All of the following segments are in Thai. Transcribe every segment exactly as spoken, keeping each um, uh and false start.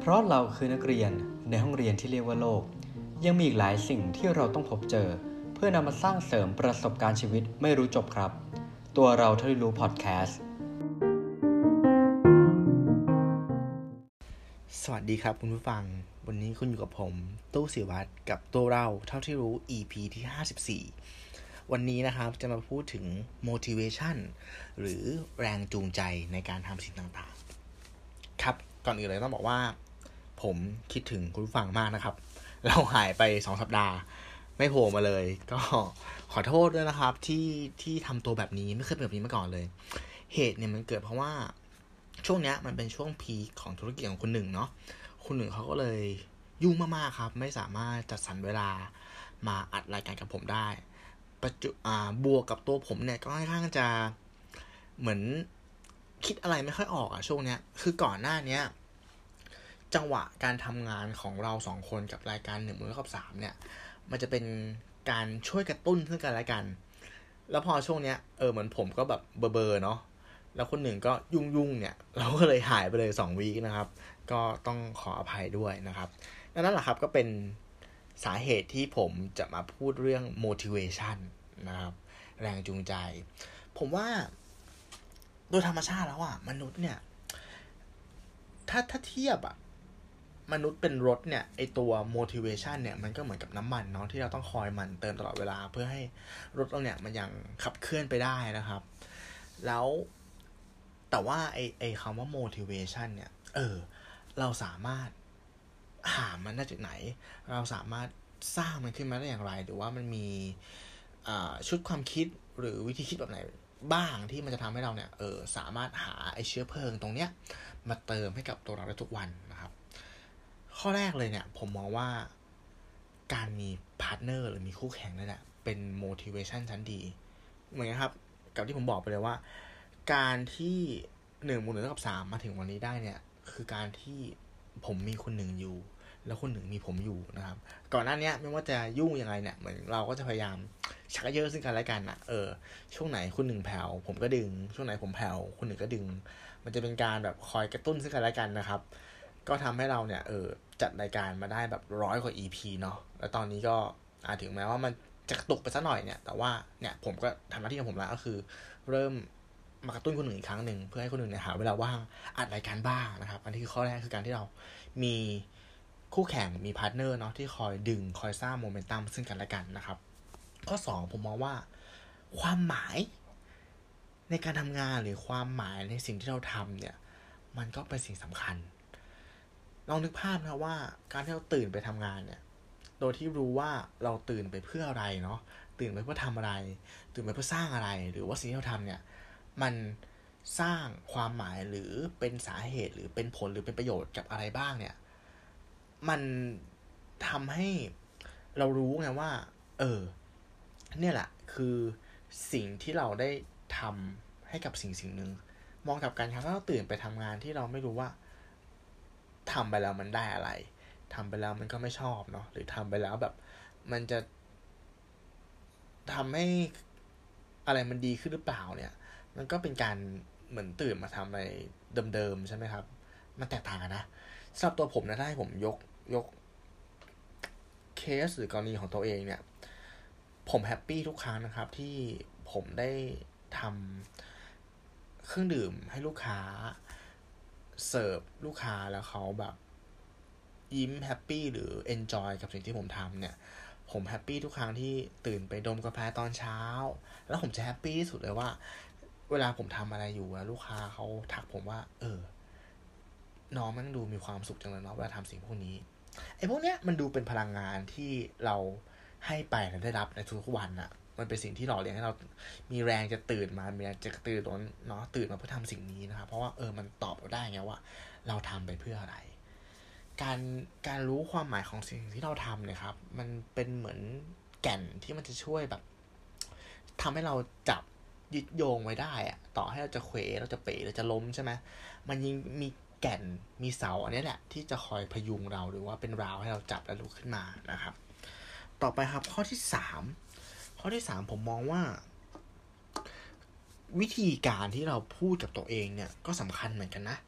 เพราะเราคือนักเรียนในห้องเรียนที่เรียกว่าโลกยังมีอีกหลายสิ่งที่เราต้องพบเจอเพื่อนำมาสร้างเสริมประสบการณ์ชีวิตไม่รู้จบครับตัวเราเท่าที่รู้พอดแคสต์สวัสดีครับคุณผู้ฟังวันนี้คุณอยู่กับผมตู้ศิวัตรกับตัวเราเท่าที่รู้ อี พี ที่ห้าสิบสี่วันนี้นะครับจะมาพูดถึง motivation หรือแรงจูงใจในการทำสิ่งต่างๆครับก่อนอื่นเลยต้องบอกว่าผมคิดถึงคุณผู้ฟังมากนะครับเราหายไปสองสัปดาห์ไม่โผล่มาเลยก็ขอโทษด้วยนะครับที่ที่ทำตัวแบบนี้ไม่เคยเป็นแบบนี้มาก่อนเลยเหตุเนี่ยมันเกิดเพราะว่าช่วงเนี้ยมันเป็นช่วงพีคของธุรกิจของคุณหนึ่งเนาะคุณหนึ่งเขาก็เลยยุ่งมากๆครับไม่สามารถจัดสรรเวลามาอัดรายการกับผมได้ปัจจุอ่าบวกกับตัวผมเนี่ยก็ค่อนข้างจะเหมือนคิดอะไรไม่ค่อยออกอะช่วงเนี้ยคือก่อนหน้านี้จังหวะการทำงานของเราสองคนกับรายการหนึ่งมือกับสามเนี่ยมันจะเป็นการช่วยกระตุ้นซึ่งกันและกันแล้วพอช่วงเนี้ยเออเหมือนผมก็แบบเบอร์ๆเนาะแล้วคนหนึ่งก็ยุ่งๆเนี่ยเราก็เลยหายไปเลยสองวีคนะครับก็ต้องขออภัยด้วยนะครับนั่นแหละครับก็เป็นสาเหตุที่ผมจะมาพูดเรื่อง motivation นะครับแรงจูงใจผมว่าโดยธรรมชาติแล้วอ่ะมนุษย์เนี่ยถ้าถ้าเทียบอ่ะมนุษย์เป็นรถเนี่ยไอตัว motivation เนี่ยมันก็เหมือนกับน้ำมันเนาะที่เราต้องคอยหมั่นเติมตลอดเวลาเพื่อให้รถเราเนี่ยมันยังขับเคลื่อนไปได้นะครับแล้วแต่ว่าไอไอคำว่า motivation เนี่ยเออเราสามารถหามันได้จากไหนเราสามารถสร้างมันขึ้นมาได้อย่างไรหรือว่ามันมีชุดความคิดหรือวิธีคิดแบบไหนบ้างที่มันจะทำให้เราเนี่ยเออสามารถหาไอเชื้อเพลิงตรงเนี้ยมาเติมให้กับตัวเราได้ทุกวันนะครับข้อแรกเลยเนี่ยผมมองว่าการมีพาร์ทเนอร์หรือมีคู่แข่งนั่นแหละเป็น motivation ชั้นดีเหมือนกันครับกับที่ผมบอกไปเลยว่าการที่หนึ่งบวกหนึ่งเท่ากับสามมาถึงวันนี้ได้เนี่ยคือการที่ผมมีคนหนึ่งอยู่แล้วคนหนึ่งมีผมอยู่นะครับก่อนหน้านี้ไม่ว่าจะยุ่งยังไงเนี่ยเหมือนเราก็จะพยายามชักเยอะซึ่งกันและกันนะเออช่วงไหนคนหนึ่งแผ่วผมก็ดึงช่วงไหนผมแผ่วคนหนึ่งก็ดึงมันจะเป็นการแบบคอยกระตุ้นซึ่งกันและกันนะครับก็ทำให้เราเนี่ยเออจัดรายการมาได้แบบร้อยกว่า อี พี เนาะแล้วตอนนี้ก็อาจถึงแม้ว่ามันจะกระตุกไปสักหน่อยเนี่ยแต่ว่าเนี่ยผมก็ทำหน้าที่ของผมแล้วก็คือเริ่มมากระตุ้นคนหนึ่งอีกครั้งหนึ่งเพื่อให้คนหนึ่งเนี่ยหาเวลาว่างอัดรายการบ้างนะครับอันนี้คือข้อแรกคือการที่เรามีคู่แข่งมีพาร์ทเนอร์เนาะที่คอยดึงคอยสร้างโมเมนตัมซึ่งกันและกันนะครับข้อสองผมมองว่าความหมายในการทำงานหรือความหมายในสิ่งที่เราทำเนี่ยมันก็เป็นสิ่งสำคัญลองนึกภาพนะว่าการที่เราตื่นไปทำงานเนี่ยโดยที่รู้ว่าเราตื่นไปเพื่ออะไรเนาะตื่นไปเพื่อทำอะไรตื่นไปเพื่อสร้างอะไรหรือว่าสิ่งที่เราทำเนี่ยมันสร้างความหมายหรือเป็นสาเหตุหรือเป็นผลหรือเป็นประโยชน์กับอะไรบ้างเนี่ยมันทำให้เรารู้ไงว่าเออเนี่ยแหละคือสิ่งที่เราได้ทำให้กับสิ่งสิ่งหนึ่งมองกับการครับถ้าเราตื่นไปทำงานที่เราไม่รู้ว่าทำไปแล้วมันได้อะไรทำไปแล้วมันก็ไม่ชอบเนาะหรือทำไปแล้วแบบมันจะทำให้อะไรมันดีขึ้นหรือเปล่าเนี่ยมันก็เป็นการเหมือนตื่นมาทำอะไรเดิมๆใช่ไหมครับมันแตกต่างกันนะสำหรับตัวผมนะถ้าให้ผมยกยกเคสหรือกรณีของตัวเองเนี่ยผมแฮปปี้ทุกครั้งนะครับที่ผมได้ทำเครื่องดื่มให้ลูกค้าเสิร์ฟลูกค้าแล้วเขาแบบยิ้มแฮปปี้หรือเอนจอยกับสิ่งที่ผมทำเนี่ยผมแฮปปี้ทุกครั้งที่ตื่นไปดมกาแฟตอนเช้าแล้วผมจะแฮปปี้ที่สุดเลยว่าเวลาผมทำอะไรอยู่แล้วลูกค้าเขาทักผมว่าเออน้องมันดูมีความสุขจังเลยเนาะเวลาทำสิ่งพวกนี้ไอ้พวกเนี้ยมันดูเป็นพลังงานที่เราให้ไปและได้รับในทุกวันอะมันเป็นสิ่งที่หล่อเลี้ยงให้เรามีแรงจะตื่นมามีแรงจะตื่นตนเนาะตื่นมาเพื่อทำสิ่งนี้นะครับเพราะว่าเออมันตอบเราได้ไงว่าเราทำไปเพื่ออะไรการการรู้ความหมายของสิ่งที่เราทำเนี่ยครับมันเป็นเหมือนแก่นที่มันจะช่วยแบบทำให้เราจับยึดโยงไว้ได้อะต่อให้เราจะเขวเราจะเป๋เราจะล้มใช่ไหมมันยังมีแก่นมีเสาอันนี้แหละที่จะคอยพยุงเราหรือว่าเป็นราวให้เราจับและลุกขึ้นมานะครับต่อไปครับข้อที่สามข้อที่สามผมมองว่าวิธีการที่เราพูดกับตัวเองเนี่ยก็สำคัญเหมือนกันนะ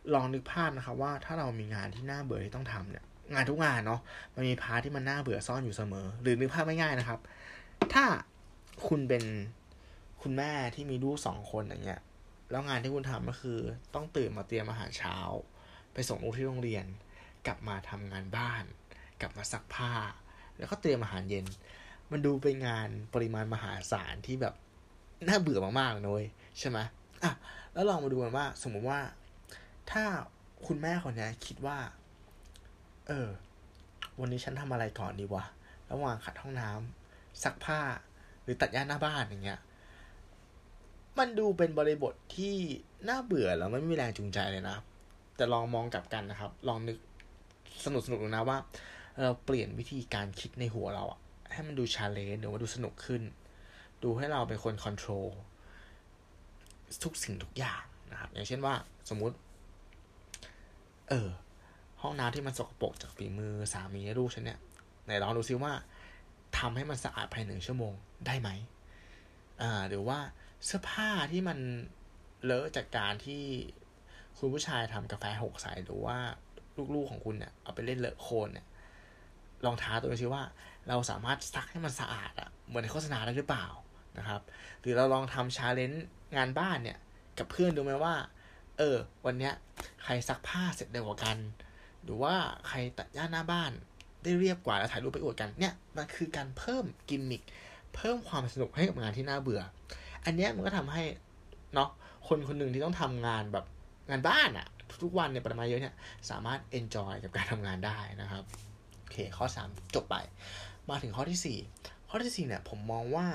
ลองนึกภาพนะครับว่าถ้าเรามีงานที่น่าเบื่อที่ต้องทำเนี่ยงานทุกงานเนาะมันมีพาร์ทที่มันน่าเบื่อซ่อนอยู่เสมอหรือนึกภาพง่ายๆนะครับถ้าคุณเป็นคุณแม่ที่มีลูกสองคนอย่างเงี้ยแล้วงานที่คุณทำก็คือต้องตื่นมาเตรียมอาหารเช้าไปส่งลูกที่โรงเรียนกลับมาทำงานบ้านกลับมาซักผ้าแล้วก็เตรียมอาหารเย็นมันดูเป็นงานปริมาณมหาศาลที่แบบน่าเบื่อมากๆเลยใช่ไหมอ่ะแล้วลองมาดูกันว่าสมมติว่าถ้าคุณแม่คนนี้คิดว่าเออวันนี้ฉันทำอะไรก่อนดีวะระหว่างขัดห้องน้ำซักผ้าหรือตัดหญ้าหน้าบ้านอย่างเงี้ยมันดูเป็นบริบทที่น่าเบื่อแล้วไม่มีแรงจูงใจเลยนะแต่ลองมองกลับกันนะครับลองนึกสนุกสนุกดูนะว่าเราเปลี่ยนวิธีการคิดในหัวเราอะให้มันดูชาเลนจ์หรือว่าดูสนุกขึ้นดูให้เราเป็นคนคอนโทรลทุกสิ่งทุกอย่างนะครับอย่างเช่นว่าสมมุติเออห้องน้ำที่มันสกปรกจากฝีมือสามีลูกฉันเนี่ยไหนลองดูซิว่าทำให้มันสะอาดภายในหนึ่งชั่วโมงได้ไหมอ่าหรือว่าเสื้อผ้าที่มันเลอะจากการที่คุณผู้ชายทำกาแฟหกใส่หรือว่าลูกๆของคุณเนี่ยเอาไปเล่นเลอะโคลนเนี่ยลองท้าตัวเองซิว่าเราสามารถซักให้มันสะอาดอ่ะเหมือนในโฆษณาได้หรือเปล่านะครับหรือเราลองทำชาเลนจ์งานบ้านเนี่ยกับเพื่อนดูไหมว่าเออวันเนี้ยใครซักผ้าเสร็จเร็วกว่ากันหรือว่าใครตัดหญ้าหน้าบ้านได้เรียบกว่าแล้วถ่ายรูปไปอวดกันเนี่ยมันคือการเพิ่มกิมมิคเพิ่มความสนุกให้กับงานที่น่าเบื่ออันเนี้ยมันก็ทำให้เนาะคนคนหนึ่งที่ต้องทำงานแบบงานบ้านอะทุกวันในปริมาณเยอะเนี่ยสามารถเอนจอยกับการทำงานได้นะครับโอเคข้อสามจบไปมาถึงข้อที่สี่ข้อที่สี่เนี่ยผมมองว่า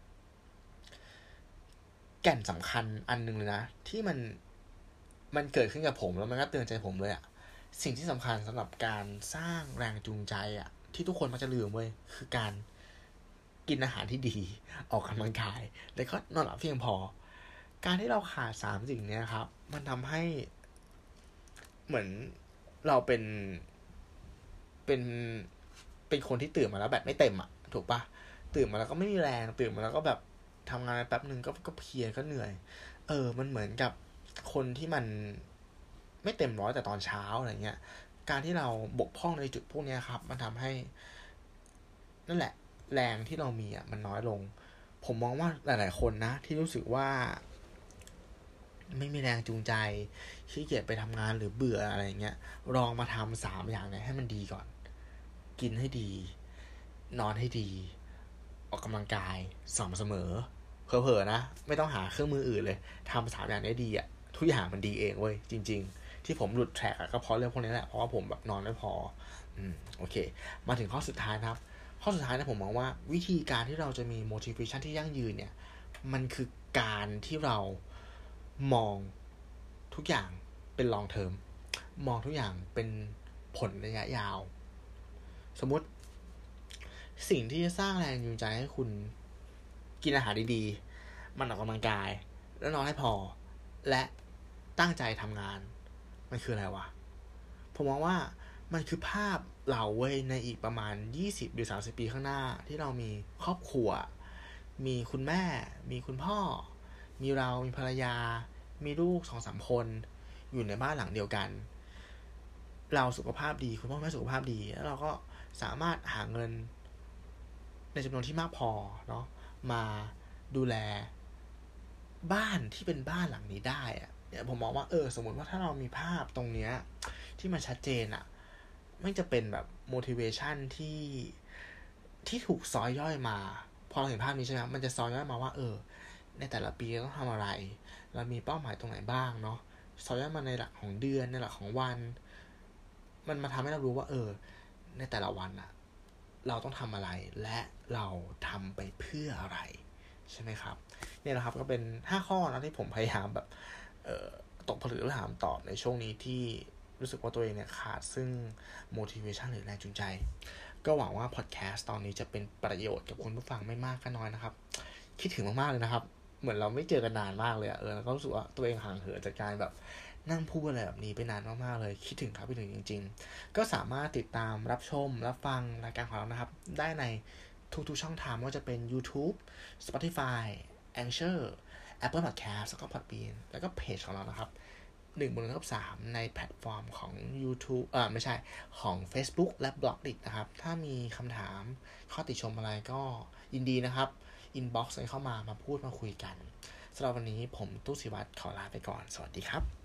แก่นสำคัญอันนึงเลยนะที่มันมันเกิดขึ้นกับผมแล้วมันก็เตือนใจผมเลยอะสิ่งที่สำคัญสำหรับการสร้างแรงจูงใจอะที่ทุกคนมักจะลืมเว้ยคือการกินอาหารที่ดีออกกำลังกายแล้วก็นอนหลับเพียงพอการที่เราขาดสามสิ่งนี้ครับมันทำให้เหมือนเราเป็นเป็นเป็นคนที่ตื่นมาแล้วแบบไม่เต็มอ่ะถูกปะตื่นมาแล้วก็ไม่มีแรงตื่นมาแล้วก็แบบทำงานแป๊บนึงก็ก็เพลียก็เหนื่อยเออมันเหมือนกับคนที่มันไม่เต็มร้อยแต่ตอนเช้าอะไรเงี้ยการที่เราบกพร่องในจุดพวกนี้ครับมันทำให้นั่นแหละแรงที่เรามีอ่ะมันน้อยลงผมมองว่าหลายๆคนนะที่รู้สึกว่าไม่มีแรงจูงใจขี้เกียจไปทำงานหรือเบื่ออะไรเงี้ยลองมาทำสามอย่างเนี่ยให้มันดีก่อนกินให้ดีนอนให้ดีออกกำลังกายสม่ำเสมอเผลอๆนะไม่ต้องหาเครื่องมืออื่นเลยทำสามอย่างนี้ดีอ่ะทุกอย่างมันดีเองเว้ยจริงๆที่ผมหลุดแทร็กก็เพราะเรื่องพวกนี้แหละเพราะว่าผมแบบนอนไม่พออืมโอเคมาถึงข้อสุดท้ายนะครับข้อสุดท้ายนะผมมองว่าวิธีการที่เราจะมี motivation ที่ยั่งยืนเนี่ยมันคือการที่เรามองทุกอย่างเป็น long term มองทุกอย่างเป็นผลระยะยาวสมมุติสิ่งที่จะสร้างแรงจูงใจให้คุณกินอาหารดีๆมันออกกำลังกายแล้วนอนให้พอและตั้งใจทำงานมันคืออะไรวะผมมองว่ามันคือภาพเราเว้ยในอีกประมาณยี่สิบหรือสามสิบปีข้างหน้าที่เรามีครอบครัวมีคุณแม่มีคุณพ่อมีเรามีภรรยามีลูก สองสาม คนอยู่ในบ้านหลังเดียวกันเราสุขภาพดีคุณพ่อแม่สุขภาพดีแล้วเราก็สามารถหาเงินในจำนวนที่มากพอเนาะมาดูแลบ้านที่เป็นบ้านหลังนี้ได้อะเนี่ยผมมองว่าเออสมมติว่าถ้าเรามีภาพตรงเนี้ยที่มันชัดเจนอะไม่จะเป็นแบบ motivation ที่ที่ถูกซอยย่อยมาพอเราเห็นภาพนี้ใช่ไหมมันจะซอยย่อยมาว่าเออในแต่ละปีเราต้องทำอะไรเรามีเป้าหมายตรงไหนบ้างเนาะซอยย่อยมาในหลักของเดือนในหลักของวันมันมาทำให้เรารู้ว่าเออในแต่ละวันอะเราต้องทำอะไรและเราทำไปเพื่ออะไรใช่ไหมครับเนี่ยนะครับก็เป็นห้าข้อนะที่ผมพยายามแบบเอ่อตกผลึกและถามตอบในช่วงนี้ที่รู้สึกว่าตัวเองเนี่ยขาดซึ่ง motivation หรือแรงจูงใจก็หวังว่าพอดแคสต์ตอนนี้จะเป็นประโยชน์กับคุณผู้ฟังไม่มากก็น้อยนะครับคิดถึงมากๆเลยนะครับเหมือนเราไม่เจอกันนานมากเลยอะเออแล้วก็รู้สึกว่าตัวเองห่างเหินจากการแบบนั่งพูดอะไรแบบนี้ไปนานมากๆเลยคิดถึงครับคิดถึงจริงๆก็สามารถติดตามรับชมรับฟังรายการของเรานะครับได้ในทุกๆช่องทางว่าจะเป็น YouTube Spotify Anchor Apple Podcast แล้วก็ Podbean แล้วก็เพจของเรานะครับหนึ่งบวกหนึ่งเท่ากับสามในแพลตฟอร์มของ YouTube อ่าไม่ใช่ของ Facebook และ บล็อกดิต นะครับถ้ามีคำถามข้อติชมอะไรก็ยินดีนะครับ inbox เข้ามามาพูดมาคุยกันสำหรับวันนี้ผมตู้ศิวัตรขอลาไปก่อนสวัสดีครับ